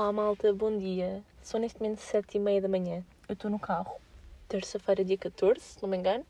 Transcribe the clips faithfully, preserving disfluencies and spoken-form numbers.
Olá malta, bom dia. São neste momento sete e meia da manhã. Eu estou no carro. Terça-feira, dia catorze, se não me engano.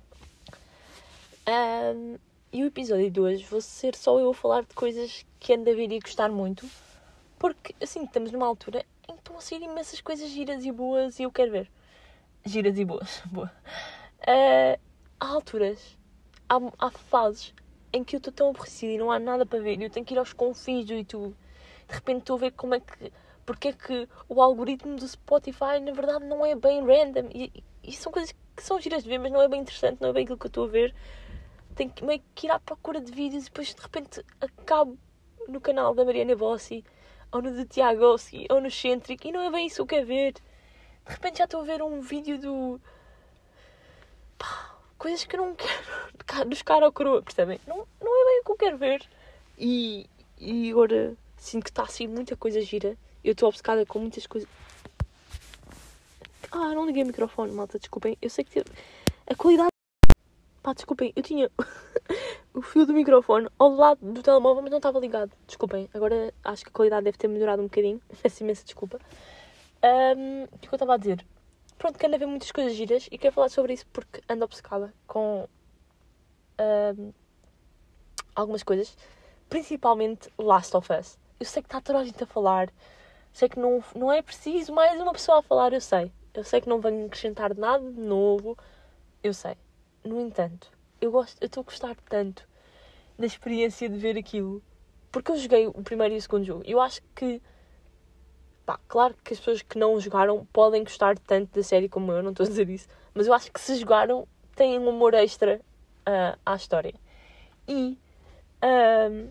Um, e o episódio de hoje vou ser só eu a falar de coisas que ando a ver e gostar muito. Porque, assim, estamos numa altura em que estão a sair imensas coisas giras e boas e eu quero ver. Giras e boas. Boa. Uh, há alturas, há, há fases em que eu estou tão aborrecida e não há nada para ver. Eu tenho que ir aos confins do YouTube. De repente estou a ver como é que... Porque é que o algoritmo do Spotify, na verdade, não é bem random. E, e são coisas que são giras de ver, mas não é bem interessante, não é bem aquilo que eu estou a ver. Tenho que meio que ir à procura de vídeos e depois, de repente, acabo no canal da Mariana Bossi, ou no do Tiago Ossi, ou no Centric, e não é bem isso que eu quero ver. De repente já estou a ver um vídeo do... Pá, coisas que eu não quero, dos cara ou coroa, percebem? Não, não é bem o que eu quero ver. E, e agora... Sinto que está assim muita coisa gira. Eu estou obcecada com muitas coisas. Ah, não liguei o microfone, malta, desculpem. Eu sei que a qualidade... Pá, desculpem, eu tinha o fio do microfone ao lado do telemóvel, mas não estava ligado. Desculpem, agora acho que a qualidade deve ter melhorado um bocadinho. Peço imensa desculpa. Um, o que eu estava a dizer? Pronto, que ando a ver muitas coisas giras e quero falar sobre isso porque ando obcecada com um, algumas coisas. Principalmente Last of Us. Eu sei que está toda a gente a falar. Sei que não, não é preciso mais uma pessoa a falar, eu sei. Eu sei que não venho acrescentar nada de novo. Eu sei. No entanto, eu gosto, eu estou a gostar tanto da experiência de ver aquilo. Porque eu joguei o primeiro e o segundo jogo. E eu acho que... Pá, claro que as pessoas que não jogaram podem gostar tanto da série como eu, não estou a dizer isso. Mas eu acho que se jogaram, têm um amor extra uh, à história. E... Um,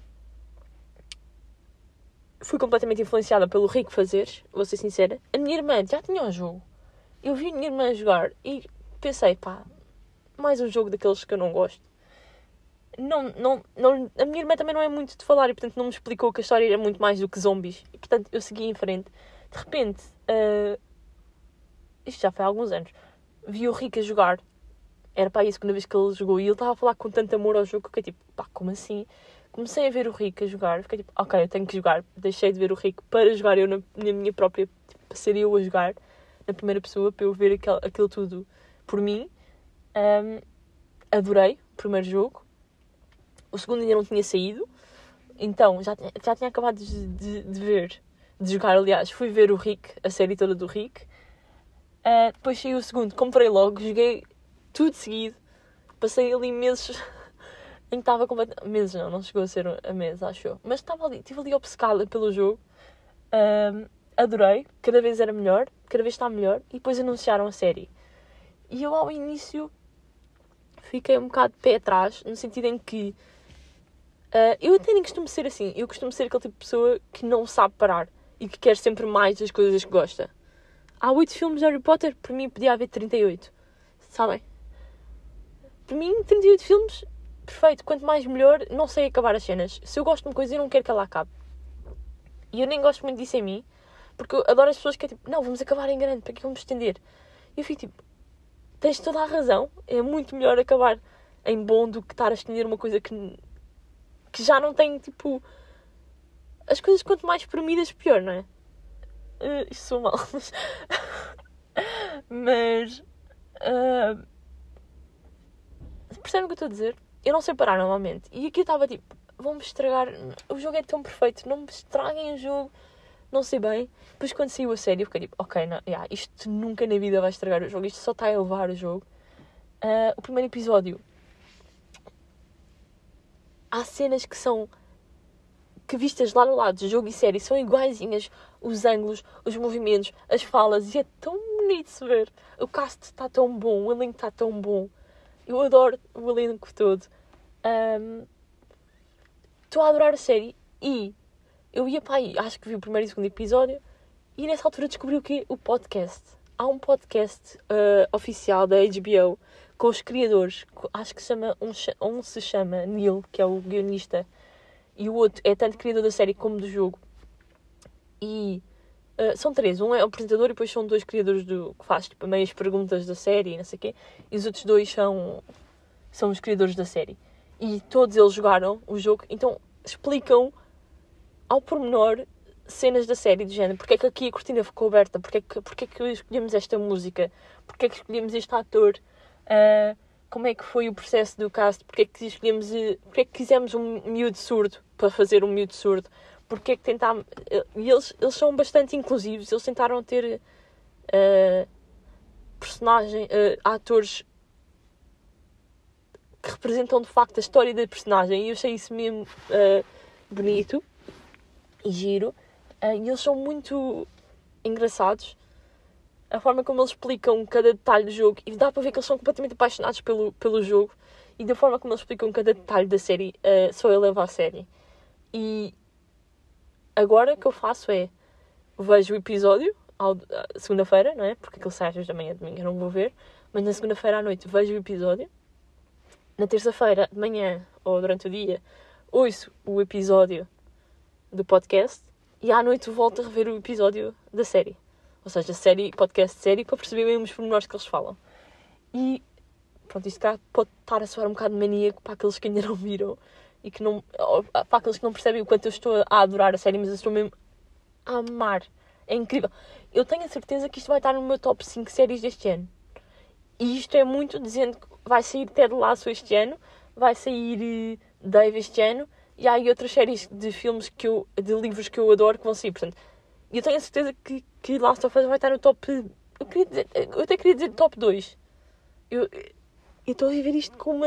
fui completamente influenciada pelo Rico Fazeres, vou ser sincera. A minha irmã já tinha um jogo. Eu vi a minha irmã jogar e pensei, pá, mais um jogo daqueles que eu não gosto. Não, não, não, a minha irmã também não é muito de falar e, portanto, não me explicou que a história era muito mais do que zombies. E, portanto, eu segui em frente. De repente, uh, isto já foi há alguns anos, vi o Rico a jogar. Era para a segunda vez que ele jogou e ele estava a falar com tanto amor ao jogo que eu tipo, pá, como assim? Comecei a ver o Rico a jogar, fiquei tipo, ok, eu tenho que jogar. Deixei de ver o Rico para jogar eu na, na minha própria, tipo, para ser eu a jogar na primeira pessoa, para eu ver aquilo, aquilo tudo por mim. Um, adorei o primeiro jogo. O segundo ainda não tinha saído, então já, já tinha acabado de, de, de ver, de jogar, aliás. Fui ver o Rico, a série toda do Rico. Uh, depois saiu o segundo, comprei logo, joguei tudo seguido. Passei ali meses... em que estava completamente... Meses não, não chegou a ser a meses, acho eu. Mas estava ali, estive ali obcecada pelo jogo. Um, adorei. Cada vez era melhor. Cada vez está melhor. E depois anunciaram a série. E eu, ao início, fiquei um bocado de pé atrás. No sentido em que... Uh, eu até nem costumo ser assim. Eu costumo ser aquele tipo de pessoa que não sabe parar. E que quer sempre mais das coisas que gosta. Há oito filmes de Harry Potter. Para mim, podia haver trinta e oito. Sabem? Para mim, trinta e oito filmes... Perfeito, quanto mais melhor, não sei acabar as cenas. Se eu gosto de uma coisa, eu não quero que ela acabe. E eu nem gosto muito disso em mim, porque eu adoro as pessoas que é tipo, não, vamos acabar em grande, para que vamos estender? E eu fico tipo, tens toda a razão, é muito melhor acabar em bom do que estar a estender uma coisa que, que já não tem, tipo... As coisas quanto mais espremidas, pior, não é? Uh, isto sou mal, mas... mas... Uh... Percebem o que eu estou a dizer? Eu não sei parar normalmente. E aqui eu estava tipo, vão-me estragar. O jogo é tão perfeito, não me estraguem o jogo. Não sei bem. Depois quando saiu a série eu fiquei tipo, ok, não, yeah, isto nunca na vida vai estragar o jogo. Isto só está a elevar o jogo. Uh, o primeiro episódio. Há cenas que são... que vistas lá no lado de jogo e série são iguaizinhas. Os ângulos, os movimentos, as falas. E é tão bonito de se ver. O cast está tão bom, o elenco está tão bom. Eu adoro o elenco todo. Estou um, a adorar a série. E eu ia para aí, acho que vi o primeiro e o segundo episódio. E nessa altura descobri o quê? O podcast. Há um podcast uh, oficial da H B O com os criadores. Acho que se chama, um, um se chama Neil, que é o guionista. E o outro é tanto criador da série como do jogo. E uh, são três. Um é o apresentador e depois são dois criadores do, que faz tipo, meias perguntas da série e não sei o quê. E os outros dois são, são os criadores da série. E todos eles jogaram o jogo. Então explicam ao pormenor cenas da série do género. Porque é que aqui a cortina ficou aberta? Porque é que, porque é que escolhemos esta música? Porque é que escolhemos este ator? Uh, como é que foi o processo do cast? Porque é que escolhemos... Porque é que quisemos um miúdo surdo para fazer um miúdo surdo? Porque é que tentámos... E eles, eles são bastante inclusivos. Eles tentaram ter uh, personagem, uh, atores que representam de facto a história da personagem, e eu achei isso mesmo uh, bonito e giro, uh, e eles são muito engraçados, a forma como eles explicam cada detalhe do jogo, e dá para ver que eles são completamente apaixonados pelo, pelo jogo, e da forma como eles explicam cada detalhe da série, uh, só eu levo à série. E agora o que eu faço é, vejo o episódio, ao, segunda-feira, não é? Porque aquele sai às vezes da manhã, domingo eu não vou ver, mas na segunda-feira à noite vejo o episódio. Na terça-feira, de manhã, ou durante o dia, ouço o episódio do podcast e à noite volto a rever o episódio da série. Ou seja, série, podcast série, para perceber mesmo os pormenores que eles falam. E, pronto, isto cá pode estar a soar um bocado maníaco para aqueles que ainda não viram e que não... para aqueles que não percebem o quanto eu estou a adorar a série, mas eu estou mesmo a amar. É incrível. Eu tenho a certeza que isto vai estar no meu top cinco séries deste ano. E isto é muito dizendo que vai sair Ted Lasso este ano, vai sair uh, Dave este ano, e há aí outras séries de filmes que eu, de livros que eu adoro que vão sair. Portanto, eu tenho a certeza que, que Last of Us vai estar no top... Eu, queria dizer, eu até queria dizer top dois. Eu estou a viver isto com uma...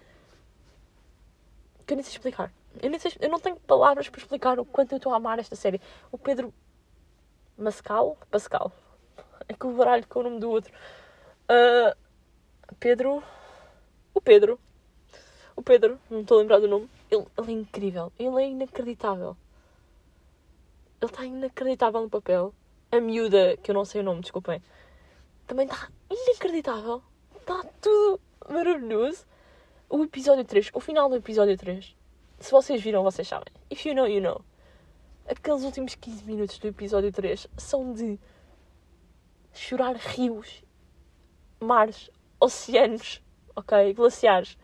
que eu nem sei explicar. Eu, nem sei, eu não tenho palavras para explicar o quanto eu estou a amar esta série. O Pedro Mascal? Pascal. É que o baralho com o nome do outro. Uh, Pedro... O Pedro. O Pedro, não estou a lembrar do nome. Ele, ele é incrível. Ele é inacreditável. Ele está inacreditável no papel. A miúda, que eu não sei o nome, desculpem, também está inacreditável. Está tudo maravilhoso. O episódio três, o final do episódio três, se vocês viram, vocês sabem. If you know, you know. Aqueles últimos quinze minutos do episódio três são de chorar rios, mares, oceanos, ok? Glaciares.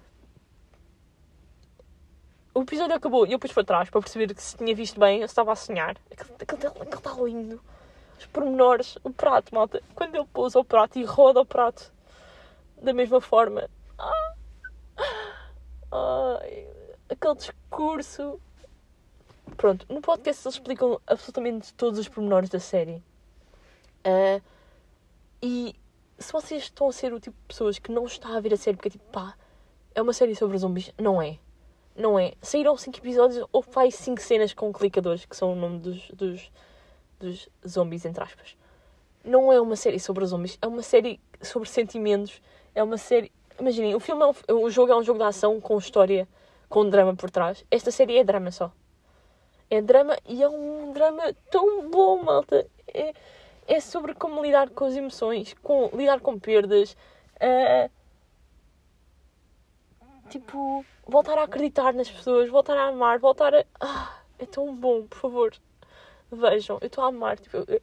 O episódio acabou e eu pus para trás para perceber que se tinha visto bem, eu estava a sonhar. Aquele, aquele, aquele está lindo. Os pormenores, o prato, malta. Quando ele pousa o prato e roda o prato da mesma forma. Ah, ah, aquele discurso. Pronto, no podcast eles explicam absolutamente todos os pormenores da série. Uh, e se vocês estão a ser o tipo de pessoas que não está a ver a série porque é tipo, pá, é uma série sobre zombies, não é. Não é. Saíram cinco episódios ou faz cinco cenas com clicadores, que são o nome dos, dos, dos zombies, entre aspas. Não é uma série sobre zombies, é uma série sobre sentimentos, é uma série... Imaginem, o filme é um, o jogo é um jogo de ação com história, com drama por trás. Esta série é drama só. É drama e é um drama tão bom, malta. É, é sobre como lidar com as emoções, com, lidar com perdas. Uh, tipo, voltar a acreditar nas pessoas, voltar a amar, voltar a... Ah, é tão bom, por favor. Vejam, eu estou a amar. Tipo, eu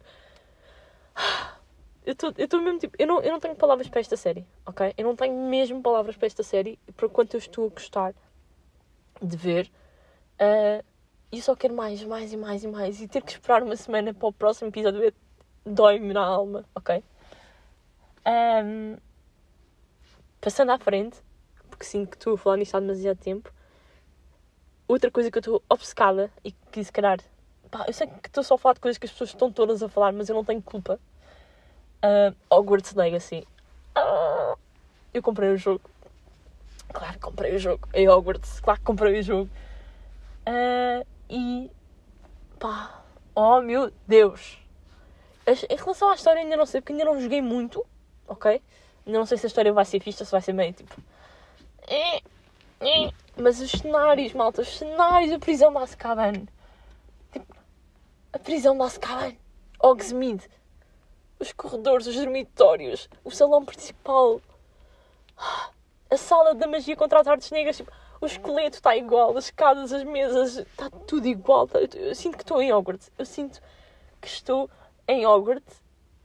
estou mesmo tipo... Eu não, eu não tenho palavras para esta série, ok? Eu não tenho mesmo palavras para esta série, por quanto eu estou a gostar de ver. Uh, e só quero mais, mais e mais e mais. E ter que esperar uma semana para o próximo episódio dói-me na alma, ok? Um, passando à frente, porque sinto que estou a falar nisto há demasiado tempo. Outra coisa que eu estou obcecada e que se calhar... Pá, eu sei que estou só a falar de coisas que as pessoas estão todas a falar, mas eu não tenho culpa. Uh, Hogwarts Legacy. Uh, eu comprei o jogo. Claro que comprei o jogo. Em Hogwarts, claro que comprei o jogo. Uh, e... Pá... Oh, meu Deus! Em relação à história ainda não sei, porque ainda não joguei muito. Ok? Ainda não sei se a história vai ser fixe ou se vai ser meio tipo... É, é. Mas os cenários, malta, os cenários, a prisão de Azkaban. Tipo, a prisão de Azkaban. Hogsmeade. Os corredores, os dormitórios. O salão principal. A sala da magia contra as artes negras. Tipo, o esqueleto está igual. As escadas, as mesas. Está tudo igual. Eu, eu sinto que estou em Hogwarts. Eu sinto que estou em Hogwarts.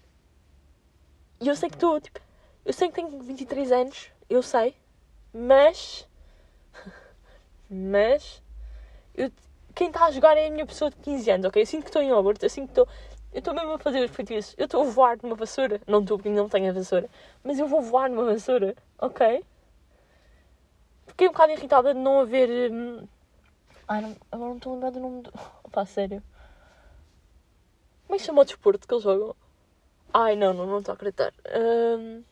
E eu sei que estou, tipo... Eu sei que tenho vinte e três anos. Eu sei. Mas... Mas... Eu, quem está a jogar é a minha pessoa de quinze anos, ok? Eu sinto que estou em Hogwarts, eu sinto que estou... Eu estou mesmo a fazer os feitiços. Eu estou a voar numa vassoura. Não estou porque não tenho a vassoura. Mas eu vou voar numa vassoura, ok? Fiquei um bocado irritada de não haver... Hum... Ai, não... agora não estou a lembrar do nome do... Opa, sério. Como é que chama o desporto que eles jogam? Ai, não, não, não estou a acreditar. Um...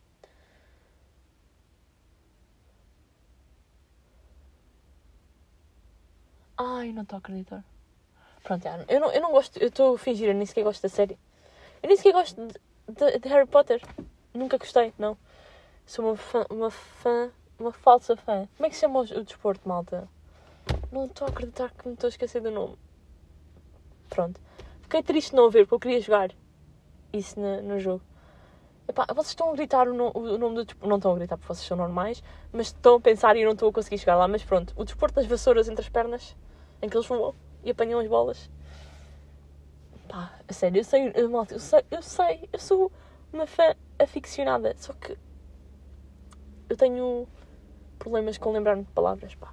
Ai, não estou a acreditar. Pronto, já, eu, não, eu não gosto... Eu estou a fingir, eu nem sequer gosto da série. Eu nem sequer gosto de, de, de Harry Potter. Nunca gostei, não. Sou uma fã... Uma fã... Uma falsa fã. Como é que se chama o, o desporto, malta? Não estou a acreditar que me estou a esquecer do nome. Pronto. Fiquei triste de não ver, porque eu queria jogar isso no, no jogo. Epá, vocês estão a gritar o, no, o nome do desporto. Não estão a gritar porque vocês são normais, mas estão a pensar e eu não estou a conseguir chegar lá. Mas pronto, o desporto das vassouras entre as pernas, em que eles voam e apanham as bolas. Pá, a sério, eu sei, eu, malta, eu sei, eu sei, eu sou uma fã aficionada, só que eu tenho problemas com lembrar-me de palavras, pá.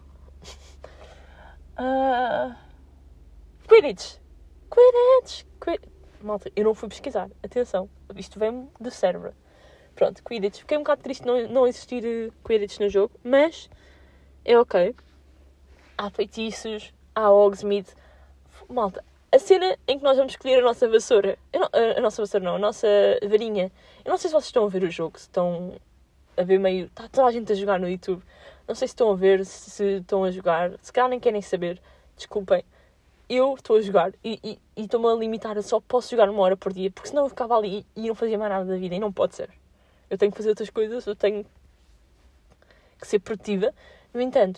Uh... Quidditch! Quidditch! Quidditch! Malta, eu não fui pesquisar. Atenção, isto vem-me do cérebro. Pronto, Quidditch. Fiquei um bocado triste não, não existir uh, Quidditch no jogo, mas é ok. Há feitiços, há Hogsmeade. Malta, a cena em que nós vamos escolher a nossa vassoura... Não, a, a nossa vassoura não, a nossa varinha. Eu não sei se vocês estão a ver o jogo, se estão a ver meio... Está toda a gente a jogar no YouTube. Não sei se estão a ver, se estão a jogar. Se calhar nem querem saber. Desculpem. Eu estou a jogar e, e, e estou-me a limitar a só posso jogar uma hora por dia, porque senão eu ficava ali e não fazia mais nada da vida, e não pode ser. Eu tenho que fazer outras coisas, eu tenho que ser produtiva. No entanto,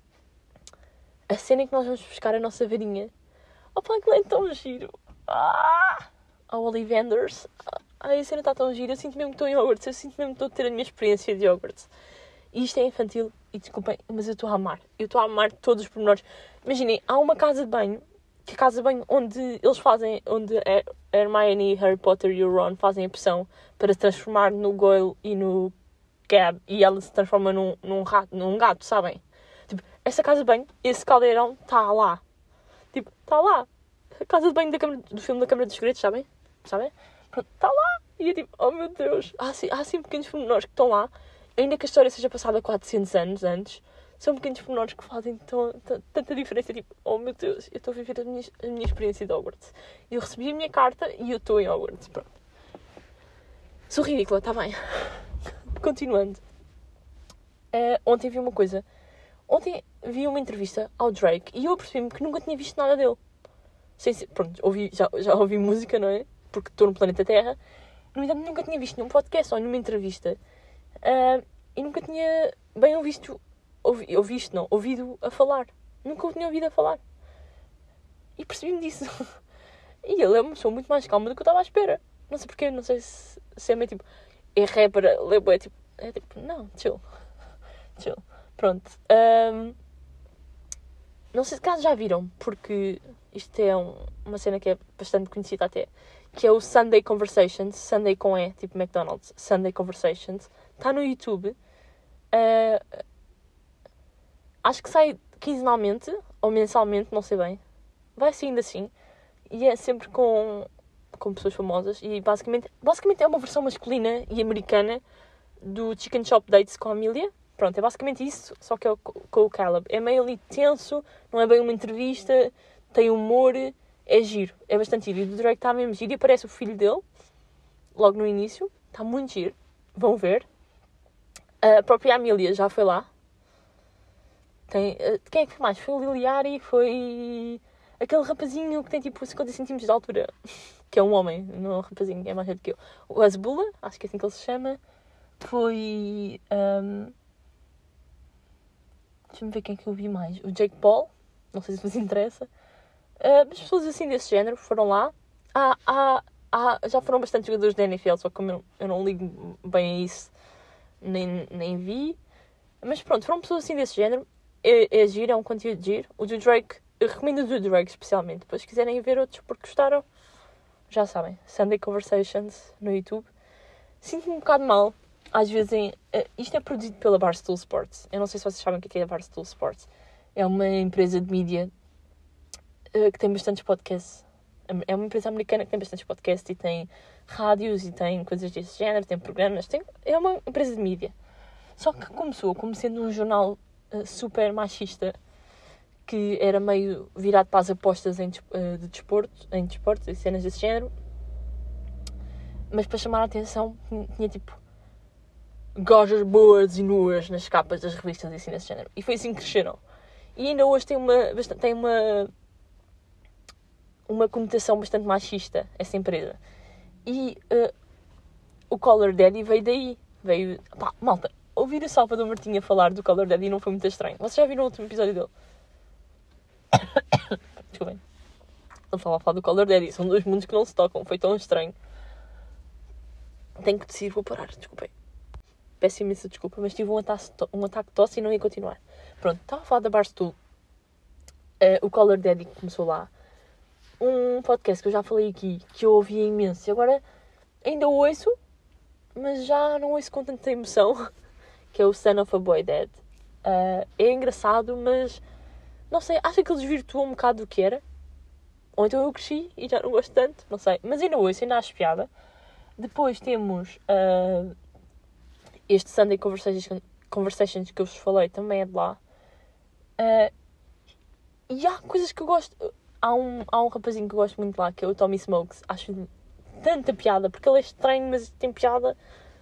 a cena em que nós vamos buscar a nossa varinha, opa, aquilo é tão giro. Ah! A Ollivanders. Ah, a cena está tão gira, eu sinto mesmo que estou em Hogwarts, eu sinto mesmo que estou a ter a minha experiência de Hogwarts. E isto é infantil, e desculpem, mas eu estou a amar. Eu estou a amar todos os pormenores. Imaginem, há uma casa de banho, que é a casa de banho onde eles fazem, onde a Hermione, Harry Potter e o Ron fazem a poção para se transformar no Goyle e no Gab, e ela se transforma num, num rato, num gato, sabem? Tipo, essa casa de banho, esse caldeirão está lá. Tipo, está lá. A casa de banho da câmara, do filme da Câmara dos Segredos, sabem? Sabem? Pronto, está lá. E é tipo, oh meu Deus. Há assim, há assim pequenos pormenores que estão lá, ainda que a história seja passada quatrocentos anos antes. São pequenos pormenores que fazem tão, tão, tanta diferença. Tipo, oh meu Deus, eu estou a viver a minha, a minha experiência de Hogwarts. Eu recebi a minha carta e eu estou em Hogwarts. Pronto. Sou ridícula, está bem. Continuando. Uh, ontem vi uma coisa. Ontem vi uma entrevista ao Drake e eu percebi-me que nunca tinha visto nada dele. Sem ser, pronto, ouvi, já, já ouvi música, não é? Porque estou no planeta Terra. No entanto, nunca tinha visto nenhum podcast ou nenhuma entrevista. Uh, e nunca tinha bem ouvido... Ouvi, ouvido, não, ouvido a falar. Nunca o tinha ouvido a falar. E percebi-me disso. E ele é uma pessoa muito mais calma do que eu estava à espera. Não sei porquê, não sei se, se é meio tipo... É rapper, é tipo... É tipo, não, chill. Chill. Pronto. Um, não sei se caso já viram, porque isto é um, uma cena que é bastante conhecida até. Que é o Sunday Conversations. Sunday com E, tipo McDonald's. Sunday Conversations. Está no YouTube. Uh, Acho que sai quinzenalmente, ou mensalmente, não sei bem. Vai saindo assim. E é sempre com, com pessoas famosas. E basicamente, basicamente é uma versão masculina e americana do Chicken Shop Dates com a Amelia. Pronto, é basicamente isso, só que é com o Caleb. É meio ali tenso, não é bem uma entrevista, tem humor, é giro. É bastante giro. E o Drake está mesmo giro. E aparece o filho dele, logo no início. Está muito giro. Vão ver. A própria Amelia já foi lá. Tem, quem é que foi mais? Foi o Liliari, foi aquele rapazinho que tem tipo cinquenta centímetros de altura, que é um homem, não é um rapazinho, é mais alto que eu. O Azbula, acho que é assim que ele se chama. Foi... Um... Deixa-me ver quem é que eu vi mais. O Jake Paul, não sei se vos interessa. Uh, mas pessoas assim desse género foram lá. Ah, ah, ah, já foram bastante jogadores da N F L, só que como eu, eu não ligo bem a isso, nem, nem vi. Mas pronto, foram pessoas assim desse género. É, é giro, é um conteúdo de giro. O do Drake, eu recomendo o do Drake especialmente. Depois se quiserem ver outros porque gostaram, já sabem. Sunday Conversations no YouTube. Sinto-me um bocado mal. Às vezes, em, uh, isto é produzido pela Barstool Sports. Eu não sei se vocês sabem o que é a Barstool Sports. É uma empresa de mídia uh, que tem bastantes podcasts. É uma empresa americana que tem bastantes podcasts e tem rádios e tem coisas desse género, tem programas, tem, é uma empresa de mídia. Só que começou como sendo um jornal uh, super machista, que era meio virado para as apostas em, uh, de desporto, em desportos e cenas desse género. Mas para chamar a atenção, tinha, tinha tipo gajas boas e nuas nas capas das revistas e assim desse género. E foi assim que cresceram. E ainda hoje tem uma, tem uma, uma conotação bastante machista, essa empresa. E uh, o Color Daddy veio daí. Veio, pá, malta, ouvir o Salvador Martinha falar do Color Daddy não foi muito estranho. Vocês já viram o último episódio dele? Desculpem. Ele estava a falar do Color Daddy. São dois mundos que não se tocam. Foi tão estranho. Tenho que decidir, vou parar, desculpem. Peço imensa desculpa, mas tive um ataque, um ataque de tosse e não ia continuar. Pronto, estava a falar da Barstool. Uh, o Color Daddy começou lá. Um podcast que eu já falei aqui, que eu ouvia imenso. E agora ainda ouço, mas já não ouço com tanta emoção. Que é o Son of a Boy Dead. Uh, é engraçado, mas não sei, acho que ele desvirtuou um bocado do que era. Ou então eu cresci e já não gosto tanto, não sei. Mas ainda ouço, ainda acho piada. Depois temos uh, este Sunday Conversations, Conversations que eu vos falei, também é de lá. Uh, e há coisas que eu gosto. Há um, há um rapazinho que eu gosto muito lá, que é o Tommy Smokes. Acho tanta piada, porque ele é estranho, mas tem piada.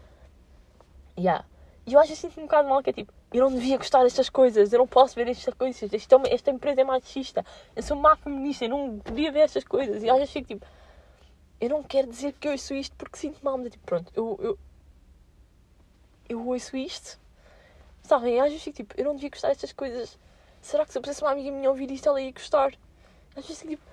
Yeah. E eu acho assim um bocado mal, que é tipo, eu não devia gostar destas coisas, eu não posso ver estas coisas, esta, esta empresa é machista, eu sou má feminista, eu não devia ver estas coisas. E eu acho que tipo, eu não quero dizer que eu ouço isto porque sinto mal, mas tipo, pronto, eu, eu, eu ouço isto, sabem? Eu acho que tipo, eu não devia gostar destas coisas. Será que se eu pusesse uma amiga minha ouvir isto, ela ia gostar? Às vezes tipo,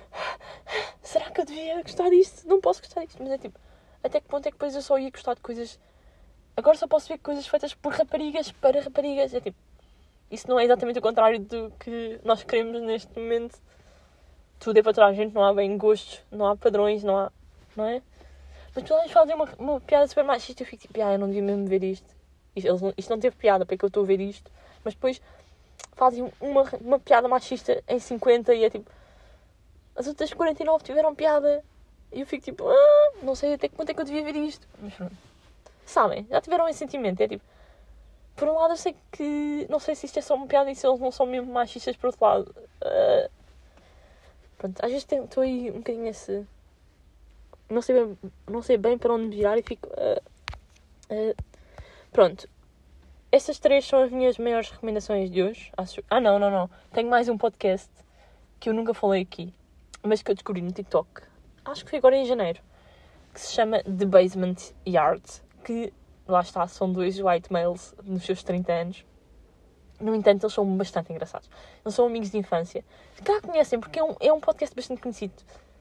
será que eu devia gostar disto? Não posso gostar disto, mas é tipo, até que ponto é que depois eu só ia gostar de coisas. Agora só posso ver coisas feitas por raparigas para raparigas. É tipo, isso não é exatamente o contrário do que nós queremos neste momento. Tudo é para toda a gente, não há bem gostos, não há padrões, não há, não é? Mas pelo menos fazem uma, uma piada super machista, eu fico tipo, ah, eu não devia mesmo ver isto. Isto, eles não, isto não teve piada, para que eu estou a ver isto. Mas depois fazem uma, uma piada machista em cinquenta e é tipo, as outras quarenta e nove tiveram piada. E eu fico tipo, ah, não sei até que ponto é que eu devia ver isto. Mas pronto. Sabem, já tiveram esse sentimento, é tipo, por um lado eu sei que, não sei se isto é só uma piada e se eles não são mesmo machistas por outro lado. Uh, pronto, às vezes estou aí um bocadinho nesse, não sei bem, não sei bem para onde virar e fico, uh, uh, pronto. Essas três são as minhas maiores recomendações de hoje, acho. Ah não, não, não, tenho mais um podcast que eu nunca falei aqui, mas que eu descobri no TikTok, acho que foi agora em janeiro, que se chama The Basement Yard. Que, lá está, são dois white males nos seus trinta anos. No entanto, eles são bastante engraçados. Eles são amigos de infância. Se calhar conhecem, porque é um, é um podcast bastante conhecido.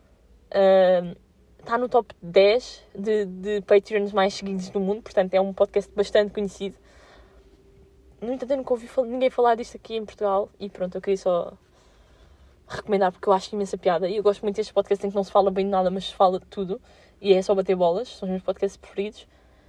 Uh, está no top dez de, de Patreons mais seguidos do mundo. Portanto, é um podcast bastante conhecido. No entanto, eu nunca ouvi ninguém falar disto aqui em Portugal. E pronto, eu queria só recomendar, porque eu acho imensa piada. E eu gosto muito destes podcasts em que não se fala bem de nada, mas se fala de tudo. E é só bater bolas. São os meus podcasts preferidos.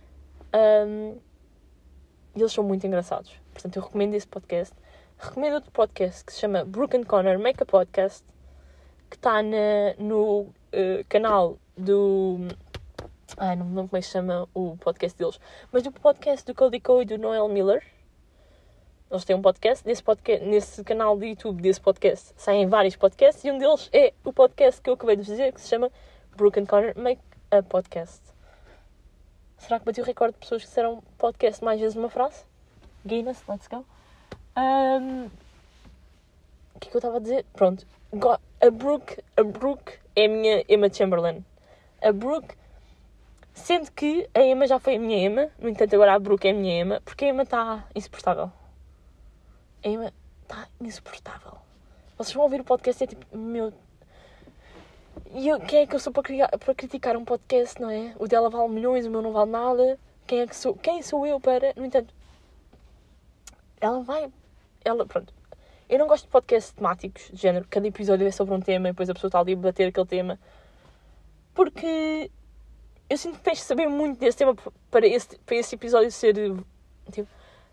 Um, e eles são muito engraçados. Portanto, eu recomendo esse podcast. Recomendo outro podcast que se chama Brooke and Connor Make a Podcast, que está no uh, canal do... Ai, não me lembro como é que se chama o podcast deles, mas do podcast do Cody Ko e do Noel Miller. Eles têm um podcast. Nesse, podcast, nesse canal do YouTube desse podcast saem vários podcasts e um deles é o podcast que eu acabei de dizer, que se chama Brooke and Connor Make a Podcast. Será que bati o recorde de pessoas que disseram podcast mais vezes numa frase? Guinness, let's go. Um, o que é que eu estava a dizer? Pronto. A Brooke, a Brooke é a minha Emma Chamberlain. A Brooke, sendo que a Emma já foi a minha Emma, no entanto agora a Brooke é a minha Emma, porque a Emma está insuportável. A Emma está insuportável. Vocês vão ouvir o podcast e é tipo, meu... E eu, quem é que eu sou para, criar, para criticar um podcast, não é? O dela vale milhões, o meu não vale nada. Quem é que sou? Quem sou eu para... No entanto, ela vai... Ela, pronto. Eu não gosto de podcasts temáticos, de género. Cada episódio é sobre um tema e depois a pessoa está ali a debater aquele tema. Porque eu sinto que tens de saber muito desse tema para esse, para esse episódio ser... Tipo...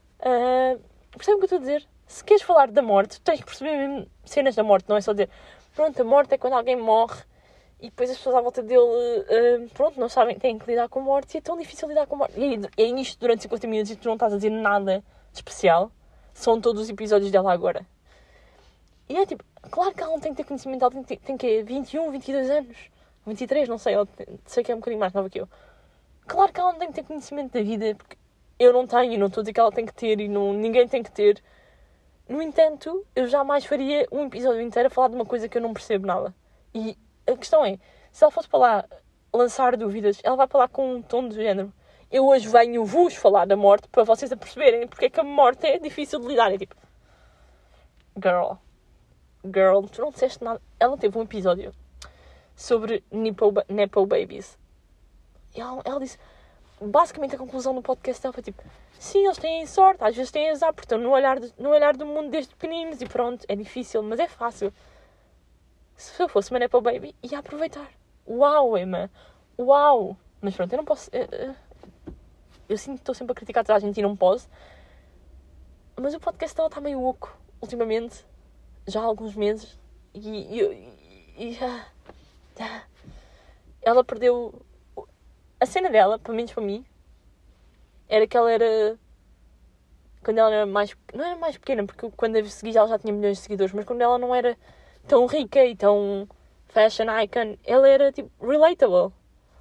Uh, percebem o que eu estou a dizer? Se queres falar da morte, tens que perceber mesmo cenas da morte. Não é só dizer... pronto, a morte é quando alguém morre e depois as pessoas à volta dele, uh, pronto, não sabem, têm que lidar com a morte e é tão difícil lidar com a morte. E aí, é isto durante cinquenta minutos e tu não estás a dizer nada de especial. São todos os episódios dela agora. E é tipo, claro que ela não tem que ter conhecimento, ela tem que ter, tem que ter vinte e um, vinte e dois anos, vinte e três, não sei, ela, sei que é um bocadinho mais nova que eu. Claro que ela não tem que ter conhecimento da vida, porque eu não tenho e não estou a dizer que ela tem que ter e não, ninguém tem que ter. No entanto, eu jamais faria um episódio inteiro a falar de uma coisa que eu não percebo nada. E a questão é, se ela fosse para lá lançar dúvidas, ela vai para lá com um tom de género. Eu hoje venho-vos falar da morte para vocês a perceberem porque é que a morte é difícil de lidar. É tipo, girl, girl, tu não disseste nada. Ela teve um episódio sobre Nepo, Nepo Babies. E ela, ela disse, basicamente a conclusão do podcast dela foi tipo, sim, eles têm sorte, às vezes têm azar, porque estão no olhar, de, no olhar do mundo desde pequeninos e pronto, é difícil, mas é fácil. Se eu fosse uma Nepo Baby, ia aproveitar. Uau, Emma, uau. Mas pronto, eu não posso... Eu, eu, eu sinto que estou sempre a criticar toda a gente e não posso. Mas o podcast dela está meio oco, ultimamente, já há alguns meses. E... e, e, e ah, ah, ela perdeu... A cena dela, pelo menos para mim, era que ela era... Quando ela era mais... Não era mais pequena, porque quando eu segui ela já tinha milhões de seguidores. Mas quando ela não era tão rica e tão fashion icon, ela era, tipo, relatable.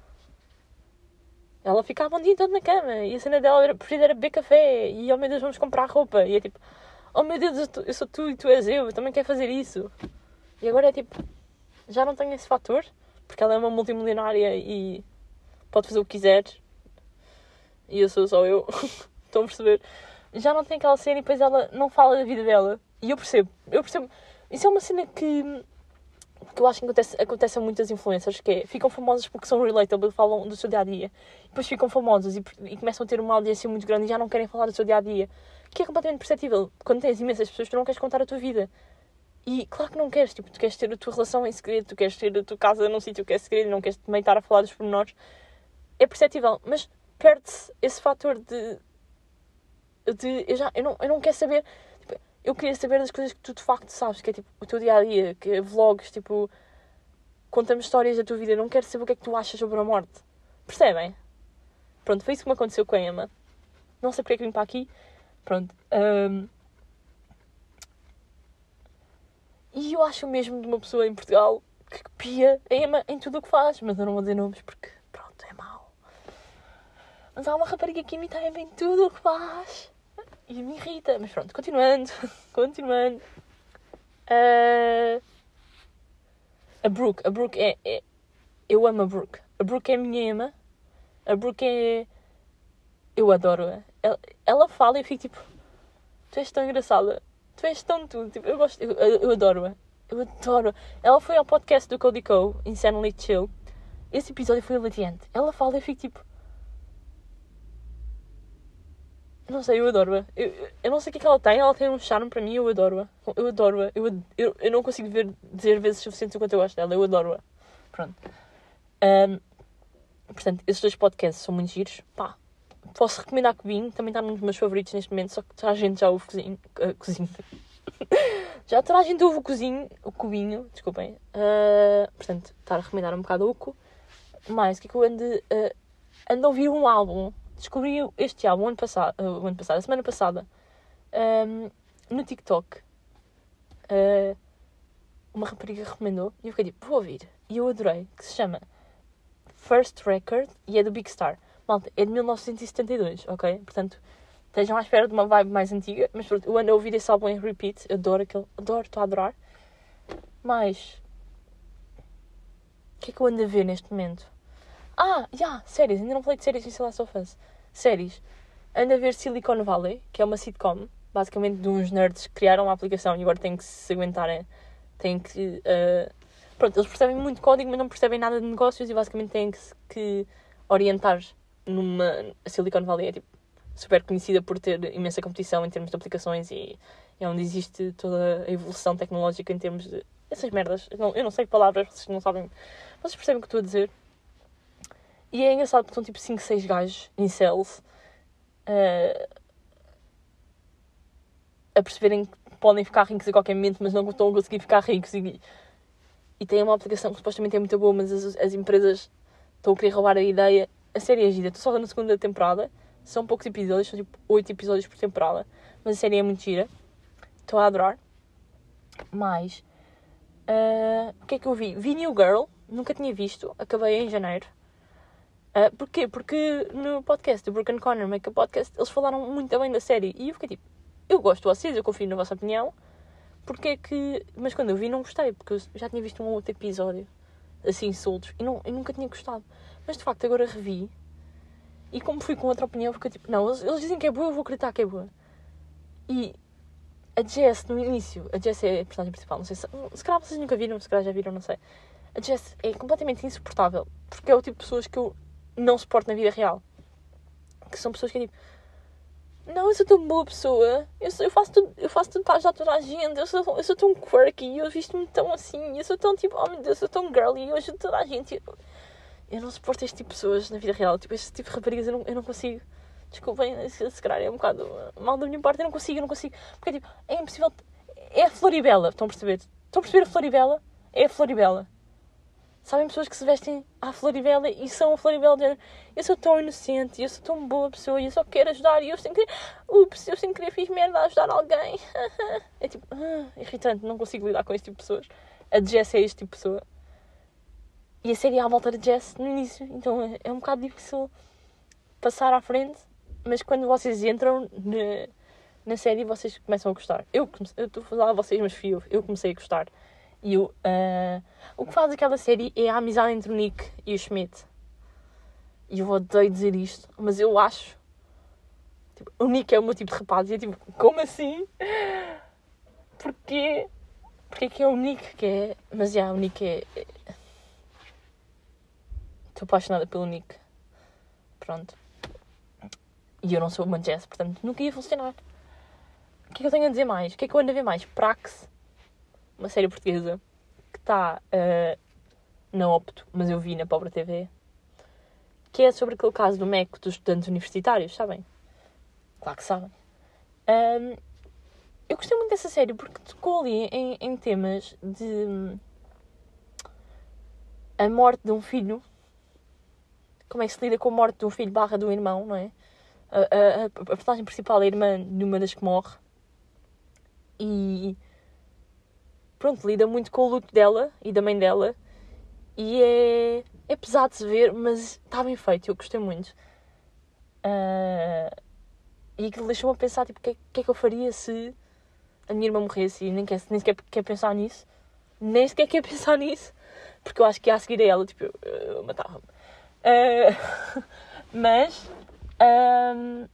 Ela ficava um dia todo na cama. E a cena dela era, preferida era beber café. E, oh meu Deus, vamos comprar roupa. E é tipo, oh meu Deus, eu, eu sou tu e tu és eu. Eu também quero fazer isso. E agora é tipo, já não tenho esse fator. Porque ela é uma multimilionária e... pode fazer o que quiser. E eu sou só eu. Estão a perceber? Já não tem aquela cena e depois ela não fala da vida dela. E eu percebo. Eu percebo. Isso é uma cena que... que eu acho que acontece, acontece a muitas influencers. Que é, ficam famosas porque são relatable, falam do seu dia-a-dia. Depois ficam famosas e, e começam a ter uma audiência muito grande e já não querem falar do seu dia-a-dia. Que é completamente perceptível. Quando tens imensas pessoas, tu não queres contar a tua vida. E claro que não queres. Tipo, tu queres ter a tua relação em segredo. Tu queres ter a tua casa num sítio que é segredo. Não queres também estar a falar dos pormenores. É perceptível, mas perde-se esse fator de... de eu, já, eu, não, eu não quero saber... Tipo, eu queria saber das coisas que tu de facto sabes, que é tipo o teu dia-a-dia, que é vlogs, tipo... Conta-me histórias da tua vida, eu não quero saber o que é que tu achas sobre a morte. Percebem? Pronto, foi isso que me aconteceu com a Emma. Não sei porque é que vim para aqui. Pronto. Um... E eu acho mesmo de uma pessoa em Portugal que copia a Emma em tudo o que faz, mas eu não vou dizer nomes porque, pronto, é mau. Mas há uma rapariga que imita a Emma em tudo o que faz. E me irrita. Mas pronto, continuando. continuando. Uh... A Brooke. A Brooke é, é... Eu amo a Brooke. A Brooke é a minha Emma. A Brooke é... Eu adoro-a. Ela, ela fala e eu fico tipo... Tu és tão engraçada. Tu és tão tudo. Tipo, eu gosto... Eu, eu, eu adoro-a. Eu adoro-a. Ela foi ao podcast do Cody Ko, Insanely Chill. Esse episódio foi hilariante. Ela fala e eu fico tipo... Não sei, eu adoro-a. Eu, eu não sei o que é que ela tem. Ela tem um charme para mim. Eu adoro-a. Eu adoro-a. Eu, eu, eu não consigo ver, dizer vezes suficientes o quanto eu gosto dela. Eu adoro-a. Pronto. Um, portanto, esses dois podcasts são muito giros. Pá. Posso recomendar Cubinho. Também está num dos meus favoritos neste momento. Só que toda a gente já ouve cozinho. Uh, cozinho. já toda a gente ouve o cozinho. O Cubinho. Desculpem. Uh, portanto, estar a recomendar um bocado o cu. Mas, o que é que eu ando... Uh, ando a ouvir um álbum... Descobri este álbum o ano passado, uh, o ano passado, a semana passada, um, no TikTok. Uh, uma rapariga recomendou e eu fiquei tipo, vou ouvir. E eu adorei, que se chama First Record e é do Big Star. Malta, é de mil novecentos e setenta e dois, ok? Portanto, estejam à espera de uma vibe mais antiga. Mas pronto, eu ando a ouvir esse álbum em repeat. Eu adoro aquele, adoro, estou a adorar. Mas, o que é que eu ando a ver neste momento? Ah, já, yeah, séries. Ainda não falei de séries em The Last of Us. Séries. Ando a ver Silicon Valley, que é uma sitcom, basicamente de uns nerds que criaram uma aplicação e agora têm que se aguentarem. Têm que... Uh... Pronto, eles percebem muito código, mas não percebem nada de negócios e basicamente têm que, que orientar numa... A Silicon Valley é tipo super conhecida por ter imensa competição em termos de aplicações e é onde existe toda a evolução tecnológica em termos de... Essas merdas. Eu não, eu não sei palavras, vocês não sabem... Vocês percebem o que estou a dizer? E é engraçado porque são tipo cinco, seis gajos em sales uh, a perceberem que podem ficar ricos a qualquer momento, mas não estão a conseguir ficar ricos. E E tem uma aplicação que supostamente é muito boa, mas as, as empresas estão a querer roubar a ideia. A série é gira. Estou só na segunda temporada. São poucos episódios, são tipo oito episódios por temporada. Mas a série é muito gira. Estou a adorar. Mas, uh, o que é que eu vi? Vi New Girl. Nunca tinha visto. Acabei em janeiro. Uh, porquê? Porque no podcast do Brooke and Connor Make a Podcast, eles falaram muito bem da série. E eu fiquei tipo, eu gosto de vocês, eu confio na vossa opinião. Porque é que... Mas quando eu vi não gostei, porque eu já tinha visto um outro episódio, assim, soltos, e não, eu nunca tinha gostado. Mas de facto agora revi, e como fui com outra opinião, fiquei tipo, não, eles, eles dizem que é boa, eu vou acreditar que é boa. E a Jess, no início, a Jess é a personagem principal, não sei se... Se calhar vocês nunca viram, se calhar já viram, não sei. A Jess é completamente insuportável, porque é o tipo de pessoas que eu não suporto na vida real. Que são pessoas que é tipo... Não, eu sou tão boa pessoa, eu, sou, eu faço tudo, eu faço tudo para ajudar toda a gente, eu sou, eu sou tão quirky, eu visto-me tão assim, eu sou tão tipo, oh meu Deus, eu sou tão girly, eu ajudo toda a gente. Eu, eu não suporto este tipo de pessoas na vida real, tipo, este tipo de raparigas eu não, eu não consigo. Desculpem, se, se calhar é um bocado mal da minha parte, eu não consigo, eu não consigo. Porque tipo, é impossível, é a Floribela, estão a perceber? Estão a perceber a Floribela? É a Floribela. Sabem pessoas que se vestem à Floribela e são a Floribela de género. Eu sou tão inocente, eu sou tão boa pessoa, eu só quero ajudar e eu sem querer... Ups, eu sem querer fiz merda a ajudar alguém. É tipo, ah, irritante, não consigo lidar com este tipo de pessoas. A Jess é este tipo de pessoa. E a série é à volta de Jess no início, então é, é um bocado difícil passar à frente, mas quando vocês entram na, na série vocês começam a gostar. Eu estou a falar a vocês, mas fui eu, eu comecei a gostar. E eu, uh, o que faz aquela série é a amizade entre o Nick e o Schmidt. E eu odeio dizer isto, mas eu acho... Tipo, o Nick é o meu tipo de rapaz. E é tipo, como assim? Porquê? Porquê que é o Nick que é... Mas, já, o Nick é... Estou apaixonada pelo Nick. Pronto. E eu não sou uma Jess, portanto, nunca ia funcionar. O que é que eu tenho a dizer mais? O que é que eu ando a ver mais? Praxe. Uma série portuguesa que está uh, na Opto, mas eu vi na Pobre T V, que é sobre aquele caso do M E C dos estudantes universitários, sabem? Claro que sabem. Um, eu gostei muito dessa série porque tocou ali em, em temas de um, a morte de um filho, como é que se lida com a morte de um filho barra de um irmão, não é? A, a, a personagem principal é a irmã de uma das que morre e... Pronto, lida muito com o luto dela e da mãe dela. E é, é pesado de se ver, mas está bem feito. Eu gostei muito. Uh, e aquilo deixou-me a pensar, tipo, o que, é, que é que eu faria se a minha irmã morresse? E nem, quer, nem sequer quer pensar nisso. Nem sequer quer pensar nisso. Porque eu acho que ia a seguir a ela, tipo, eu, eu matava-me. Uh, mas... Um,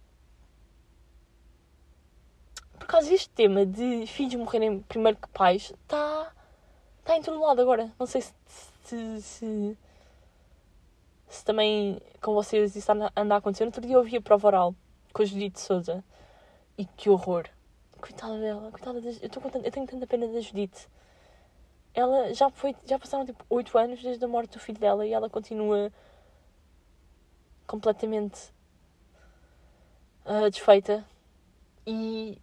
por causa deste tema de filhos morrerem primeiro que pais, está tá em todo lado agora. Não sei se, se, se, se também com vocês isso anda, anda a acontecer. No outro dia eu ouvi a prova oral com a Judite Souza. E que horror. Coitada dela. Coitada da, eu, tô com, eu tenho tanta pena da Judite. Ela já foi, já passaram tipo oito anos desde a morte do filho dela e ela continua completamente uh, desfeita. E...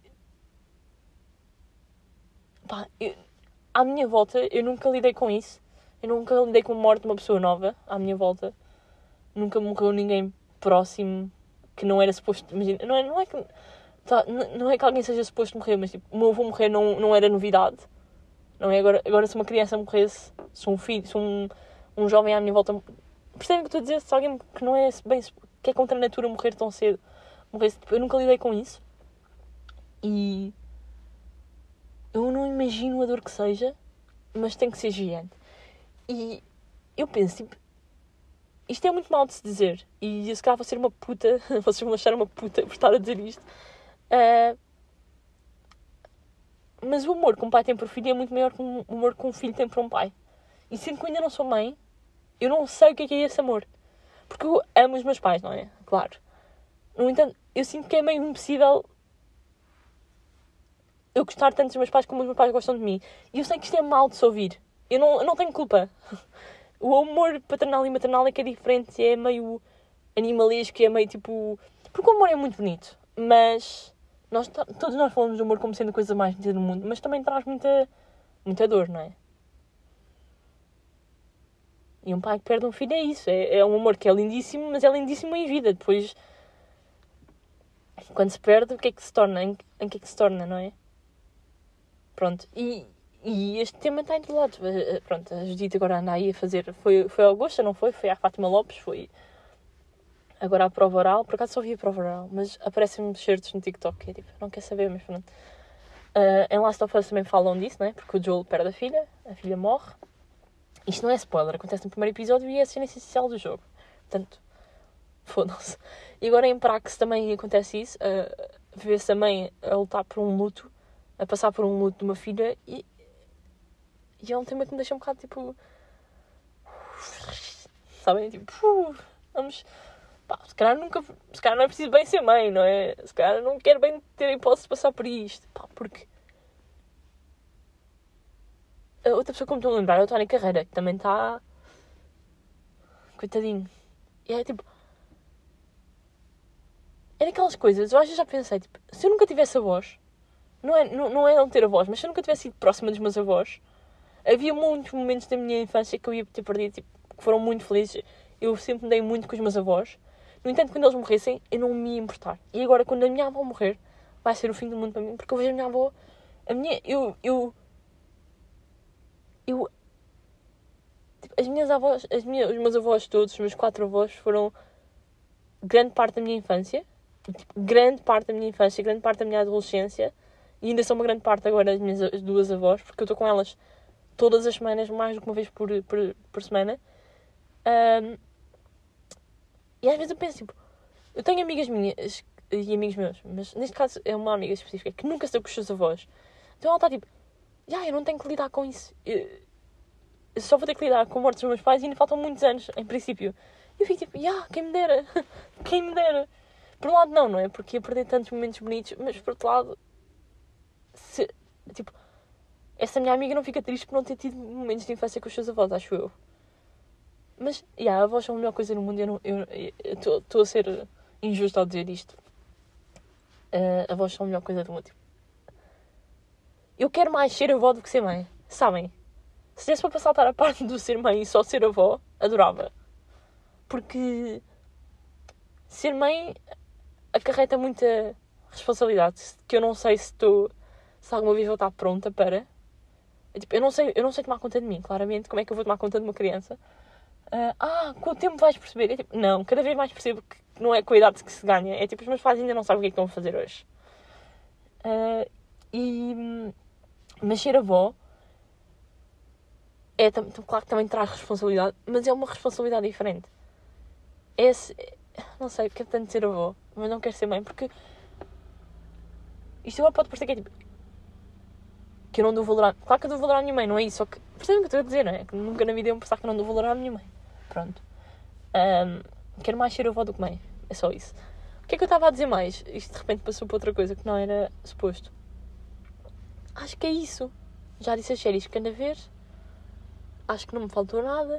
Pá, eu, à minha volta, eu nunca lidei com isso. Eu nunca lidei com a morte de uma pessoa nova à minha volta. Nunca morreu ninguém próximo que não era suposto... Imagina, não é, não é que... Tá, não, não é que alguém seja suposto morrer, mas tipo, o meu avô morrer não, não era novidade. Não é? Agora, agora se uma criança morresse, se um filho, se um, um jovem à minha volta... Percebem o que eu estou a dizer? Se alguém que não é bem... que é contra a natura morrer tão cedo, morresse... Tipo, eu nunca lidei com isso. E... eu não imagino a dor que seja, mas tem que ser gigante. E eu penso, tipo, isto é muito mal de se dizer. E eu se calhar vou ser uma puta, vocês vão achar uma puta por estar a dizer isto. Uh, mas o amor que um pai tem por filho é muito maior que o amor que um filho tem por um pai. E sendo que eu ainda não sou mãe, eu não sei o que é, que é esse amor. Porque eu amo os meus pais, não é? Claro. No entanto, eu sinto que é meio impossível eu gostar tanto dos meus pais como os meus pais gostam de mim. E eu sei que isto é mal de se ouvir. Eu não, eu não tenho culpa. O amor paternal e maternal é que é diferente. É meio animalesco, é meio tipo... Porque o amor é muito bonito. Mas nós, todos nós falamos do amor como sendo a coisa mais bonita do mundo. Mas também traz muita, muita dor, não é? E um pai que perde um filho é isso. É, é um amor que é lindíssimo, mas é lindíssimo em vida. Depois, quando se perde, o que é que se torna? Em, em que é que se torna, não é? Pronto. E, e este tema está em todo lado. Pronto, a Judite agora anda aí a fazer... Foi, foi a Augusta, não foi? Foi a Fátima Lopes, foi... Agora a prova oral. Por acaso só vi a prova oral, mas aparecem-me certos no TikTok. É tipo, não quer saber, mas pronto. Uh, em Last of Us também falam disso, não é? Porque o Joel perde a filha, a filha morre. Isto não é spoiler, acontece no primeiro episódio e é a cena essencial do jogo. Portanto, fodam-se. E agora em Praxe também acontece isso. Uh, Vê-se a mãe a lutar por um luto, a passar por um luto de uma filha e, e é um tema que me deixa um bocado tipo... Sabem? Tipo, uh, vamos... Pá, se calhar nunca... Se calhar não é preciso bem ser mãe, não é? Se calhar não quero bem ter a hipótese de passar por isto. Pá, porque... A outra pessoa que me estou a lembrar é o Tony Carreira, que também está... Coitadinho. E é tipo... É daquelas coisas, eu às vezes já pensei, tipo, se eu nunca tivesse avós, não é não, não, é não ter avós, mas se eu nunca tivesse ido próxima dos meus avós, havia muitos momentos da minha infância que eu ia ter perdido, tipo, que foram muito felizes. Eu sempre me dei muito com os meus avós. No entanto, quando eles morressem, eu não me ia importar. E agora, quando a minha avó morrer, vai ser o fim do mundo para mim, porque eu vejo a minha avó... A minha... Eu... Eu... eu tipo, as minhas avós... As minhas, os meus avós todos, os meus quatro avós, foram grande parte da minha infância. Tipo, grande parte da minha infância, grande parte da minha adolescência. E ainda são uma grande parte agora as minhas as duas avós, porque eu estou com elas todas as semanas, mais do que uma vez por, por, por semana. Um, e às vezes eu penso, tipo, eu tenho amigas minhas e amigos meus, mas neste caso é uma amiga específica que nunca se deu com os seus avós. Então ela está tipo, já, yeah, eu não tenho que lidar com isso. Eu, eu só vou ter que lidar com a morte dos meus pais e ainda faltam muitos anos, em princípio. E eu fico tipo, já, yeah, quem me dera, quem me dera. Por um lado não, não é? Porque ia perder tantos momentos bonitos, mas por outro lado, se, tipo, essa minha amiga não fica triste por não ter tido momentos de infância com os seus avós, acho eu. Mas, já, yeah, avós são a melhor coisa no mundo. Eu estou a ser injusto ao dizer isto. Uh, avós são a melhor coisa do mundo. Eu quero mais ser avó do que ser mãe. Sabem? Se desse para passar a parte do ser mãe e só ser avó, adorava. Porque ser mãe acarreta muita responsabilidade. Que eu não sei se estou... Se alguma vez vou estar pronta para... Tipo, eu não sei, eu não sei tomar conta de mim, claramente. Como é que eu vou tomar conta de uma criança? Uh, ah, com o tempo vais perceber. É tipo, não, cada vez mais percebo que não é com a idade que se ganha. É tipo, os meus pais ainda não sabem o que é que estão a fazer hoje. Uh, e... Mas ser avó... É, claro que também traz responsabilidade, mas é uma responsabilidade diferente. Esse... Não sei, quero tanto ser avó, mas não quero ser mãe, porque... Isto agora pode parecer que é tipo... Que eu não dou valor a... Claro que eu dou valor à minha mãe, não é isso? Só que... Percebem o que eu estou a dizer, não é? Que nunca na vida eu pensar que eu não dou valor à minha mãe. Pronto. Um, quero mais ser avó do que mãe. É só isso. O que é que eu estava a dizer mais? Isto de repente passou para outra coisa que não era suposto. Acho que é isso. Já disse as séries que ando a ver. Acho que não me faltou nada.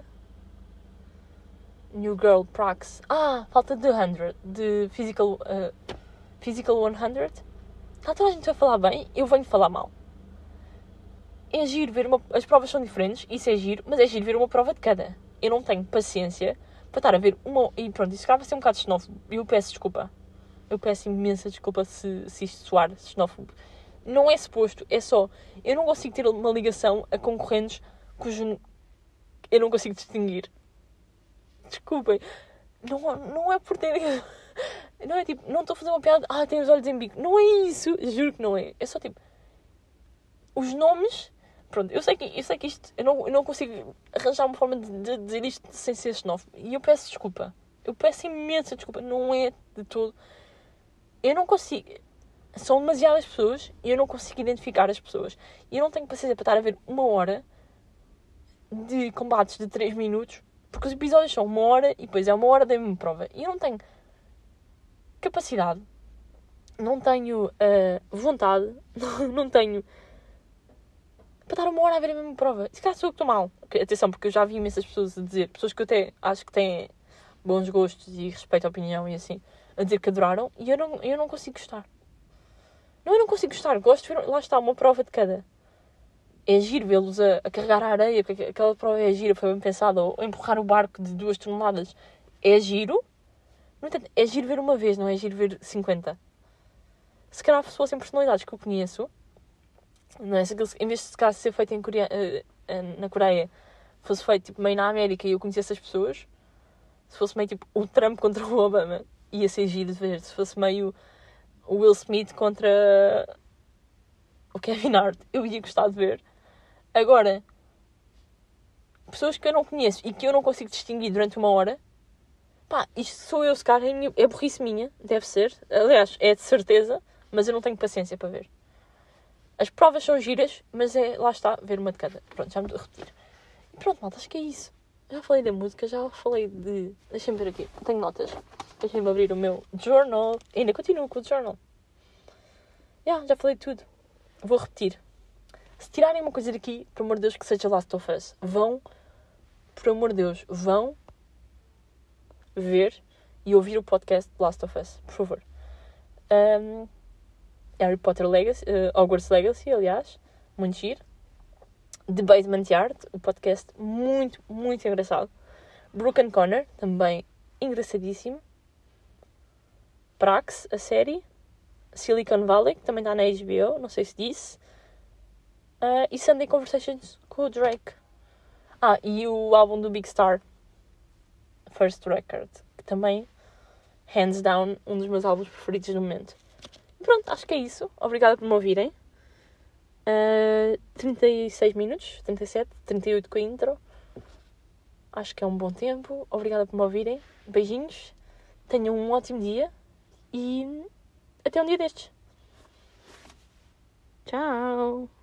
New Girl, Prax. Ah, falta de cem. De Physical... Uh, Physical cem. Está toda a gente a falar bem. Eu venho falar mal. É giro ver uma... As provas são diferentes. Isso é giro. Mas é giro ver uma prova de cada. Eu não tenho paciência para estar a ver uma... E pronto, isso acaba a ser um bocado xenófobo. Eu peço desculpa. Eu peço imensa desculpa se, se isto soar xenófobo. Não é suposto. É só... Eu não consigo ter uma ligação a concorrentes cujo... Eu não consigo distinguir. Desculpem. Não, não é por ter... Não é tipo... Não estou a fazer uma piada... Ah, tem os olhos em bico. Não é isso. Juro que não é. É só tipo... Os nomes... Pronto, eu sei que, eu sei que isto... Eu não, eu não consigo arranjar uma forma de, de dizer isto sem ser xenófobo. E eu peço desculpa. Eu peço imensa desculpa. Não é de todo... Eu não consigo... São demasiadas pessoas e eu não consigo identificar as pessoas. E eu não tenho paciência para estar a ver uma hora de combates de três minutos, porque os episódios são uma hora e depois é uma hora da mesma prova. E eu não tenho capacidade, não tenho uh, vontade, não tenho para estar uma hora a ver a mesma prova. Se calhar sou eu que estou mal. Atenção, porque eu já vi imensas pessoas a dizer, pessoas que eu até acho que têm bons gostos e respeito à opinião e assim, a dizer que adoraram, e eu não, eu não consigo gostar. Não, eu não consigo gostar. Gosto de ver, lá está, uma prova de cada. é giro vê-los a, a carregar a areia, porque aquela prova é gira, foi bem pensada, ou empurrar o barco de duas toneladas. É giro. No entanto, é giro ver uma vez, não é giro ver cinquenta. Se calhar se fossem personalidades que eu conheço, não é? Se aquilo, em vez de se calhar ser feito em Coreia, uh, na Coreia, fosse feito tipo, meio na América e eu conhecesse as pessoas, se fosse meio tipo o Trump contra o Obama, ia ser giro de ver. Se fosse meio o Will Smith contra o Kevin Hart, eu ia gostar de ver. Agora, pessoas que eu não conheço e que eu não consigo distinguir durante uma hora, pá, isto sou eu, se calhar, é, minha, é burrice minha, deve ser. Aliás, é de certeza, mas eu não tenho paciência para ver. As provas são giras, mas é, lá está, ver uma de cada. Pronto, já me estou a repetir. E pronto, malta, acho que é isso. Já falei da música, já falei de... Deixem-me ver aqui, tenho notas. Deixem-me abrir o meu journal. Ainda continuo com o journal. Já, já falei de tudo. Vou repetir. Se tirarem uma coisa daqui, por amor de Deus, que seja Last of Us. Vão, por amor de Deus, vão ver e ouvir o podcast Last of Us, por favor. Um, Harry Potter Legacy, uh, Hogwarts Legacy, aliás, muito giro. The Basement Yard, o podcast muito, muito engraçado. Brooke and Connor, também engraçadíssimo. Prax, a série. Silicon Valley, que também está na H B O, não sei se disse. Uh, e Sunday Conversations com o Drake. Ah, e o álbum do Big Star, First Record, que também, hands down, um dos meus álbuns preferidos no momento. E pronto, acho que é isso. Obrigada por me ouvirem. Uh, trinta e seis minutos, trinta e sete, trinta e oito com a intro. Acho que é um bom tempo. Obrigada por me ouvirem. Beijinhos. Tenham um ótimo dia. E até um dia destes. Tchau.